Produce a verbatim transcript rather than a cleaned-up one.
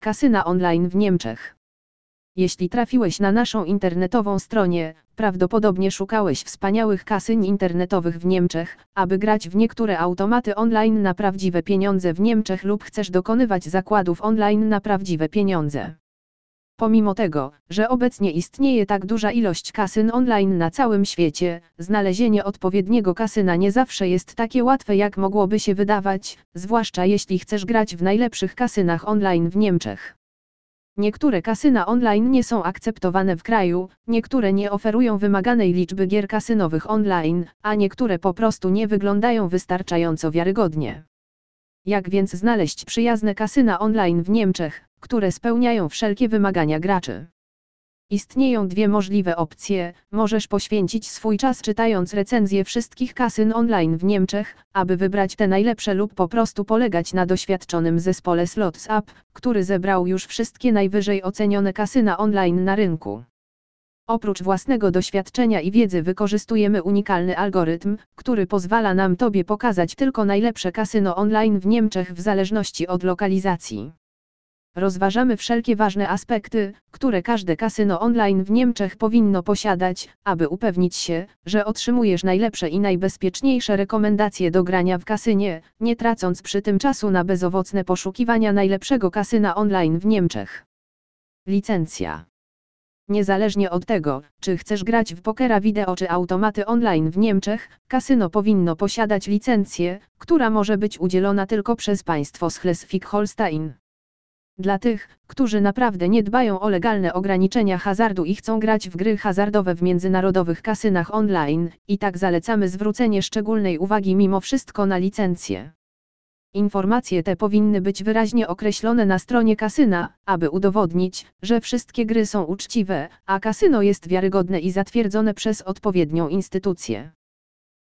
Kasyna online w Niemczech. Jeśli trafiłeś na naszą internetową stronę, prawdopodobnie szukałeś wspaniałych kasyn internetowych w Niemczech, aby grać w niektóre automaty online na prawdziwe pieniądze w Niemczech lub chcesz dokonywać zakładów online na prawdziwe pieniądze. Pomimo tego, że obecnie istnieje tak duża ilość kasyn online na całym świecie, znalezienie odpowiedniego kasyna nie zawsze jest takie łatwe, jak mogłoby się wydawać, zwłaszcza jeśli chcesz grać w najlepszych kasynach online w Niemczech. Niektóre kasyna online nie są akceptowane w kraju, niektóre nie oferują wymaganej liczby gier kasynowych online, a niektóre po prostu nie wyglądają wystarczająco wiarygodnie. Jak więc znaleźć przyjazne kasyna online w Niemczech, które spełniają wszelkie wymagania graczy? Istnieją dwie możliwe opcje: możesz poświęcić swój czas czytając recenzje wszystkich kasyn online w Niemczech, aby wybrać te najlepsze, lub po prostu polegać na doświadczonym zespole SlotsUp, który zebrał już wszystkie najwyżej ocenione kasyna online na rynku. Oprócz własnego doświadczenia i wiedzy wykorzystujemy unikalny algorytm, który pozwala nam Tobie pokazać tylko najlepsze kasyno online w Niemczech w zależności od lokalizacji. Rozważamy wszelkie ważne aspekty, które każde kasyno online w Niemczech powinno posiadać, aby upewnić się, że otrzymujesz najlepsze i najbezpieczniejsze rekomendacje do grania w kasynie, nie tracąc przy tym czasu na bezowocne poszukiwania najlepszego kasyna online w Niemczech. Licencja. Niezależnie od tego, czy chcesz grać w pokera wideo czy automaty online w Niemczech, kasyno powinno posiadać licencję, która może być udzielona tylko przez państwo Schleswig-Holstein. Dla tych, którzy naprawdę nie dbają o legalne ograniczenia hazardu i chcą grać w gry hazardowe w międzynarodowych kasynach online, i tak zalecamy zwrócenie szczególnej uwagi mimo wszystko na licencję. Informacje te powinny być wyraźnie określone na stronie kasyna, aby udowodnić, że wszystkie gry są uczciwe, a kasyno jest wiarygodne i zatwierdzone przez odpowiednią instytucję.